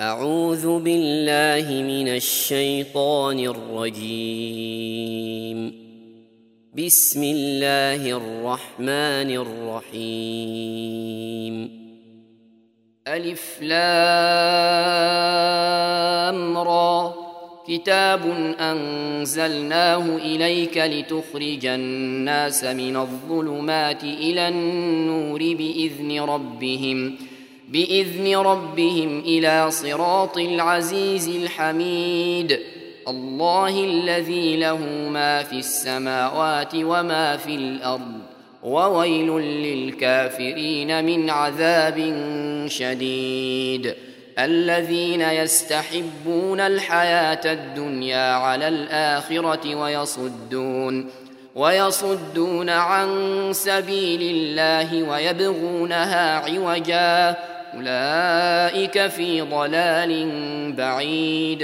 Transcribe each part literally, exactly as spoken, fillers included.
أعوذ بالله من الشيطان الرجيم. بسم الله الرحمن الرحيم. ألف لام را كتاب أنزلناه إليك لتخرج الناس من الظلمات إلى النور بإذن ربهم بإذن ربهم إلى صراط العزيز الحميد. الله الذي له ما في السماوات وما في الأرض وويل للكافرين من عذاب شديد. الذين يستحبون الحياة الدنيا على الآخرة ويصدون ويصدون عن سبيل الله ويبغونها عوجا أولئك في ضلال بعيد.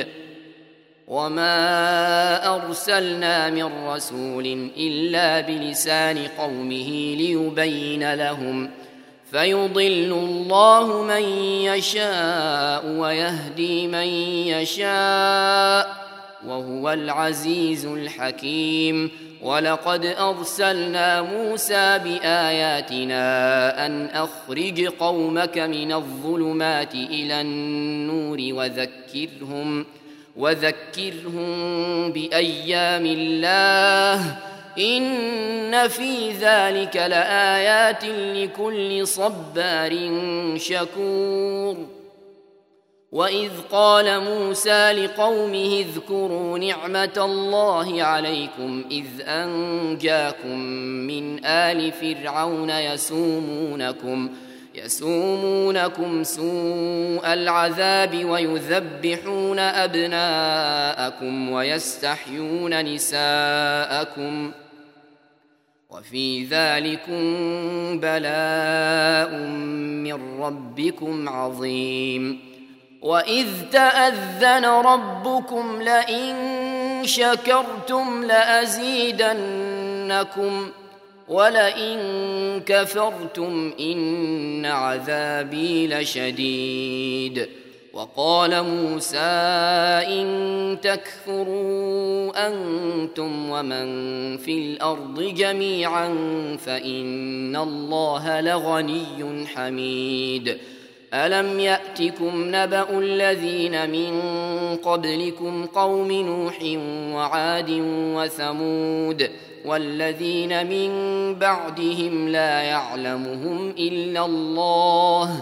وما أرسلنا من رسول إلا بلسان قومه ليبين لهم فيضل الله من يشاء ويهدي من يشاء وهو العزيز الحكيم. ولقد أرسلنا موسى بآياتنا أن أخرج قومك من الظلمات إلى النور وذكرهم وذكرهم بأيام الله إن في ذلك لآيات لكل صبار شكور. وإذ قال موسى لقومه اذكروا نعمة الله عليكم إذ أنجاكم من آل فرعون يسومونكم يسومونكم سوء العذاب ويذبحون أبناءكم ويستحيون نساءكم وفي ذلكم بلاء من ربكم عظيم. وإذ تأذن ربكم لئن شكرتم لأزيدنكم ولئن كفرتم إن عذابي لشديد. وقال موسى إن تكفروا أنتم ومن في الأرض جميعا فإن الله لغني حميد. ألم يأتكم نبأ الذين من قبلكم قوم نوح وعاد وثمود والذين من بعدهم لا يعلمهم إلا الله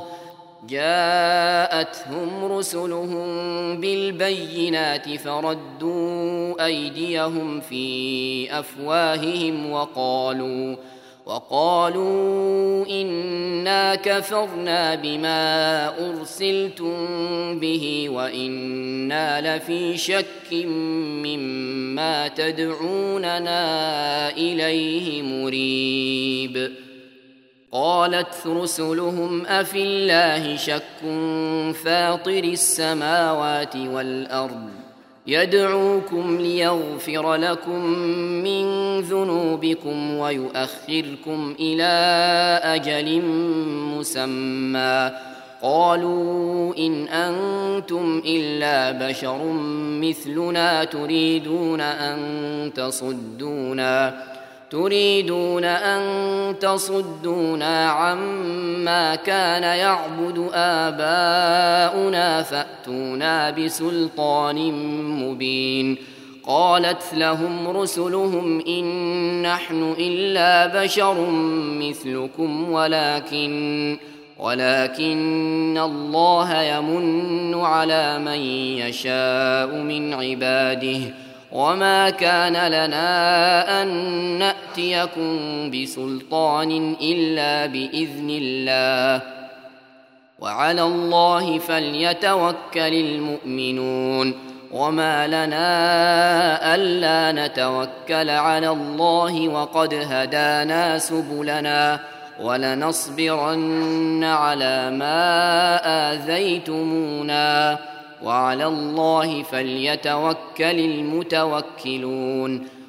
جاءتهم رسلهم بالبينات فردوا أيديهم في أفواههم وقالوا وقالوا إنا كفرنا بما أرسلتم به وإنا لفي شك مما تدعوننا إليه مريب. قالت رسلهم أفي الله شك فاطر السماوات والأرض يدعوكم ليغفر لكم من ذنوبكم ويؤخركم إلى أجل مسمى قالوا إن أنتم إلا بشر مثلنا تريدون أن تصدونا تريدون أن تصدونا عما كان يعبد آباؤنا فأتونا بسلطان مبين. قالت لهم رسلهم إن نحن إلا بشر مثلكم ولكن ولكن الله يمن على من يشاء من عباده وما كان لنا أن نأتيكم بسلطان إلا بإذن الله وعلى الله فليتوكل المؤمنون. وما لنا ألا نتوكل على الله وقد هدانا سبلنا ولنصبرن على ما آذيتمونا وعلى الله فليتوكل المتوكلون.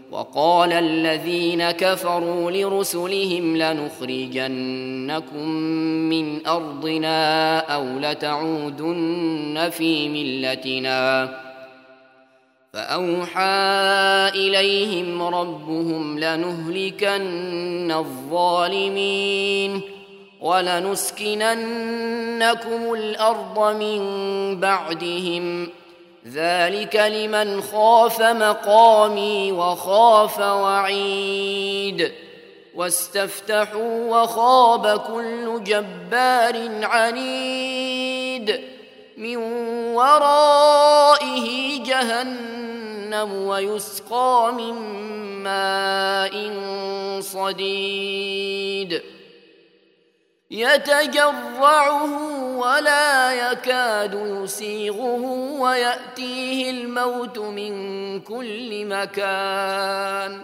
وقال الذين كفروا لرسلهم لنخرجنكم من أرضنا أو لتعودن في ملتنا فأوحى إليهم ربهم لنهلكن الظالمين ولنسكننكم الأرض من بعدهم ذلك لمن خاف مقامي وخاف وعيد واستفتحوا وخاب كل جبار عنيد من ورائه جهنم ويسقى من ماء صديد يتجرعه ولا يكاد يسيغه ويأتيه الموت من كل مكان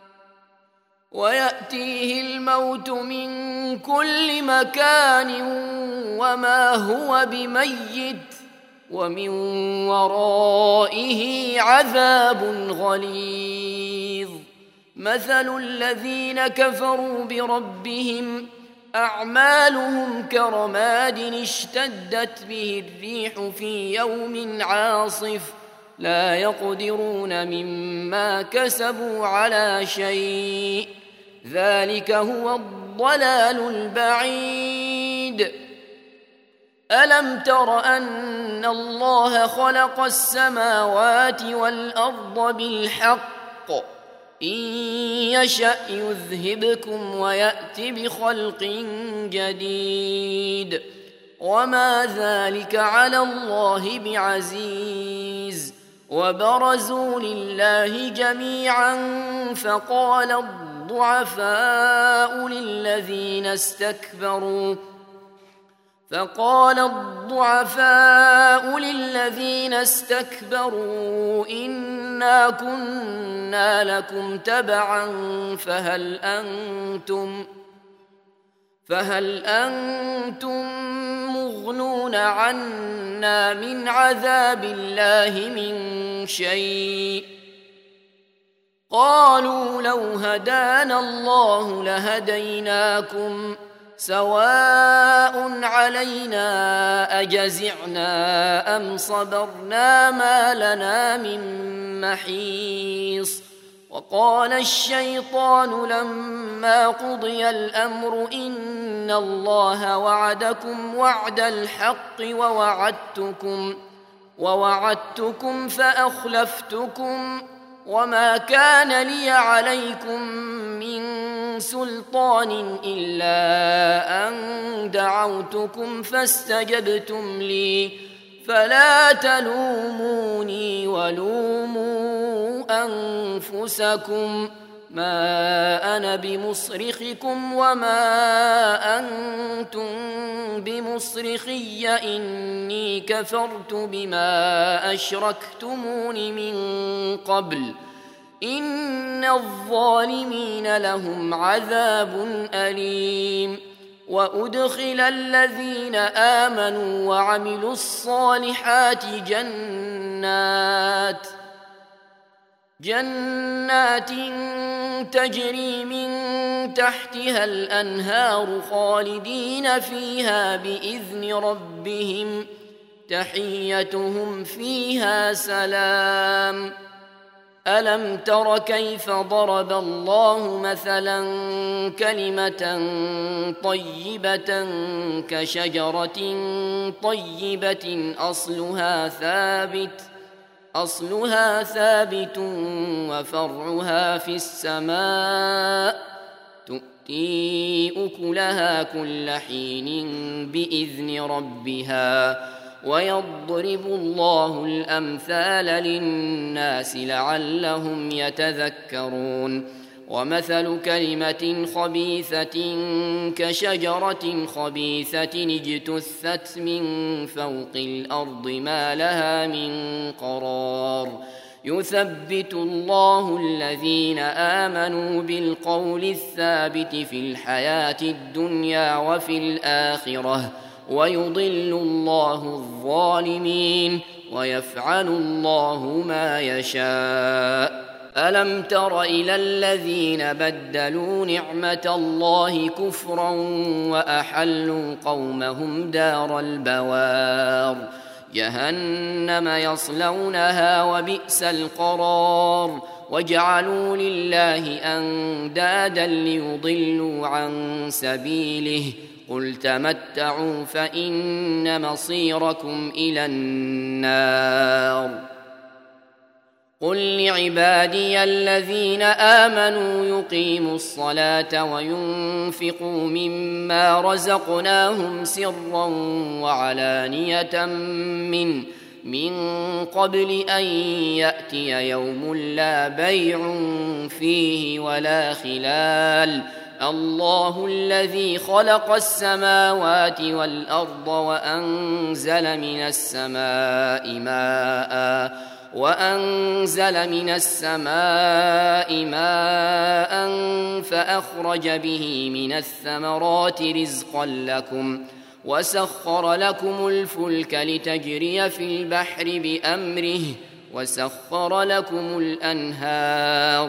ويأتيه الموت من كل مكان وما هو بميت ومن ورائه عذاب غليظ مثل الذين كفروا بربهم أعمالهم كرماد اشتدت به الريح في يوم عاصف لا يقدرون مما كسبوا على شيء ذلك هو الضلال البعيد ألم تر أن الله خلق السماوات والأرض بالحق إن يشأ يذهبكم ويأت بخلق جديد وما ذلك على الله بعزيز وبرزوا لله جميعا فقال الضعفاء للذين استكبروا فقال الضعفاء للذين استكبروا إنا كنا لكم تبعا فهل أنتم فهل أنتم مغنون عنا من عذاب الله من شيء قالوا لو هدانا الله لهديناكم سواء علينا أجزعنا أم صبرنا ما لنا من محيص وقال الشيطان لما قضي الأمر إن الله وعدكم وعد الحق ووعدتكم ووعدتكم فأخلفتكم وما كان لي عليكم من سلطان إلا أن دعوتكم فاستجبتم لي فلا تلوموني ولوموا أنفسكم ما أنا بمصرخكم وما أنتم بمصرخي إني كفرت بما أشركتمون من قبل إن الظالمين لهم عذاب أليم وأدخل الذين آمنوا وعملوا الصالحات جنات جنات تجري من تحتها الأنهار خالدين فيها بإذن ربهم تحيتهم فيها سلام ألم تر كيف ضرب الله مثلا كلمة طيبة كشجرة طيبة أصلها ثابت أصلها ثابت وفرعها في السماء تؤتي أكلها كل حين بإذن ربها ويضرب الله الأمثال للناس لعلهم يتذكرون ومثل كلمة خبيثة كشجرة خبيثة اجتثت من فوق الأرض ما لها من قرار يثبت الله الذين آمنوا بالقول الثابت في الحياة الدنيا وفي الآخرة ويضل الله الظالمين ويفعل الله ما يشاء ألم تر إلى الذين بدلوا نعمة الله كفرا وأحلوا قومهم دار البوار جهنم يصلونها وبئس القرار وجعلوا لله أندادا ليضلوا عن سبيله قل تمتعوا فإن مصيركم إلى النار قل لعبادي الذين آمنوا يقيموا الصلاة وينفقوا مما رزقناهم سرا وعلانية من من قبل أن يأتي يوم لا بيع فيه ولا خلال الله الذي خلق السماوات والأرض وأنزل من السماء ماء وأنزل من السماء ماء فأخرج به من الثمرات رزقا لكم وسخر لكم الفلك لتجري في البحر بأمره وسخر لكم الأنهار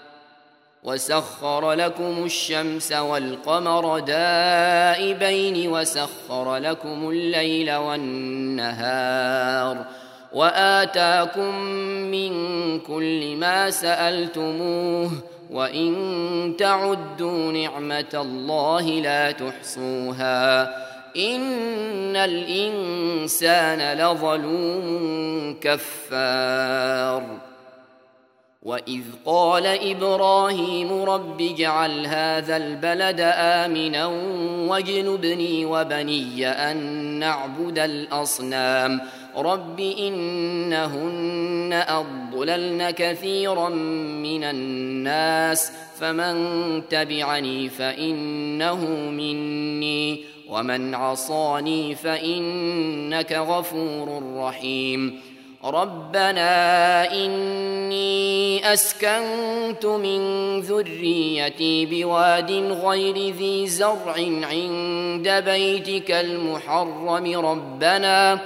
وسخر لكم الشمس والقمر دائبين وسخر لكم الليل والنهار وآتاكم من كل ما سألتموه وإن تعدوا نعمة الله لا تحصوها إن الإنسان لظلوم كفار وإذ قال إبراهيم رب اجعل هذا البلد آمنا واجنبني وبني أن نعبد الأصنام رب إنهن أضللن كثيرا من الناس فمن تبعني فإنه مني ومن عصاني فإنك غفور رحيم ربنا إني أسكنت من ذريتي بواد غير ذي زرع عند بيتك المحرم ربنا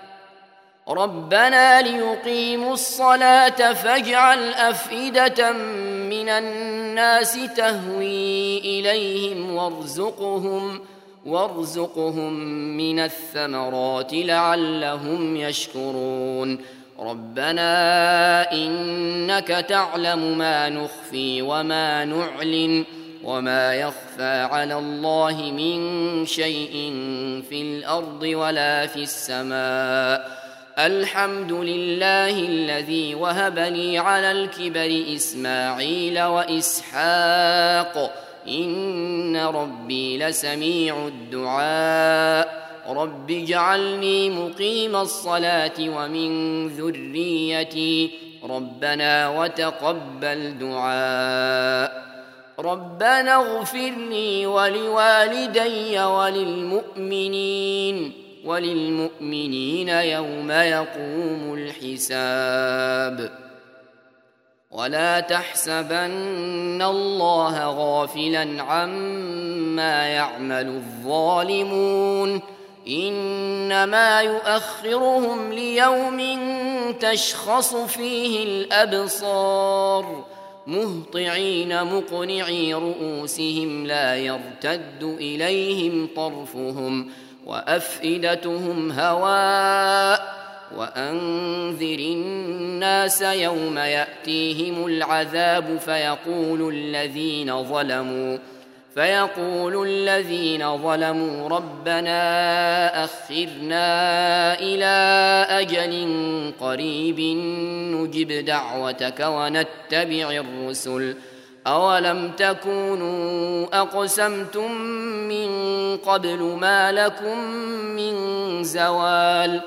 ربنا ليقيموا الصلاة فاجعل أفئدة من الناس تهوي إليهم وارزقهم وارزقهم من الثمرات لعلهم يشكرون ربنا إنك تعلم ما نخفي وما نعلن وما يخفى على الله من شيء في الأرض ولا في السماء الحمد لله الذي وهب لي على الكبر إسماعيل وإسحاق إن ربي لسميع الدعاء رب اجعلني مقيم الصلاة ومن ذريتي ربنا وتقبل دعاء ربنا اغفر لي ولوالدي وللمؤمنين وللمؤمنين يوم يقوم الحساب ولا تحسبن الله غافلا عما يعمل الظالمون إنما يؤخرهم ليوم تشخص فيه الأبصار مهطعين مقنعي رؤوسهم لا يرتد إليهم طرفهم وأفئدتهم هواء وأنذر الناس يوم يأتيهم العذاب فيقول الذين ظلموا فيقول الذين ظلموا ربنا أخرنا إلى أجل قريب نجب دعوتك ونتبع الرسل أولم تكونوا أقسمتم من قبل ما لكم من زوال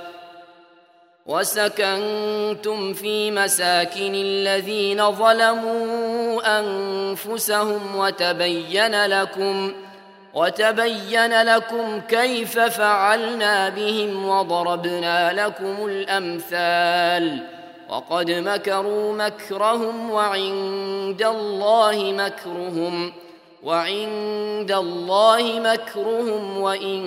وسكنتم في مساكن الذين ظلموا أنفسهم وتبين لكم وتبين لكم كيف فعلنا بهم وضربنا لكم الأمثال وقد مكروا مكرهم وعند الله مكرهم وعند الله مكرهم وإن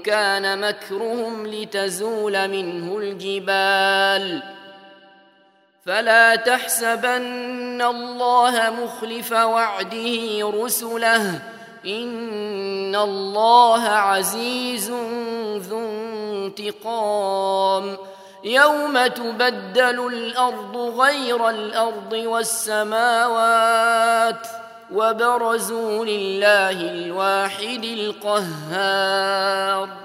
كان مكرهم لتزول منه الجبال فلا تحسبن الله مخلف وعده رسله إن الله عزيز ذو انتقام يوم تبدل الأرض غير الأرض والسماوات وبرزوا لله الواحد القهار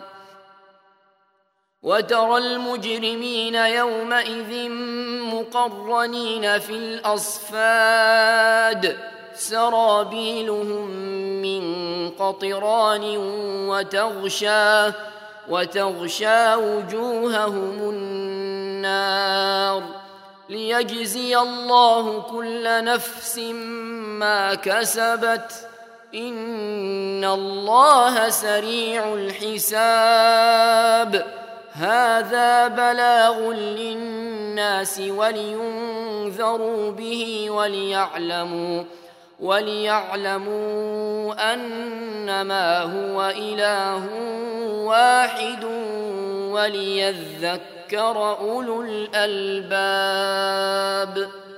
وترى المجرمين يومئذ مقرنين في الأصفاد سرابيلهم من قطران وتغشى وتغشى وجوههم النار ليجزي الله كل نفس ما كسبت إن الله سريع الحساب هذا بلاغ للناس ولينذروا به وليعلموا وليعلموا أنما هو إله واحد وليذكر أولو الألباب.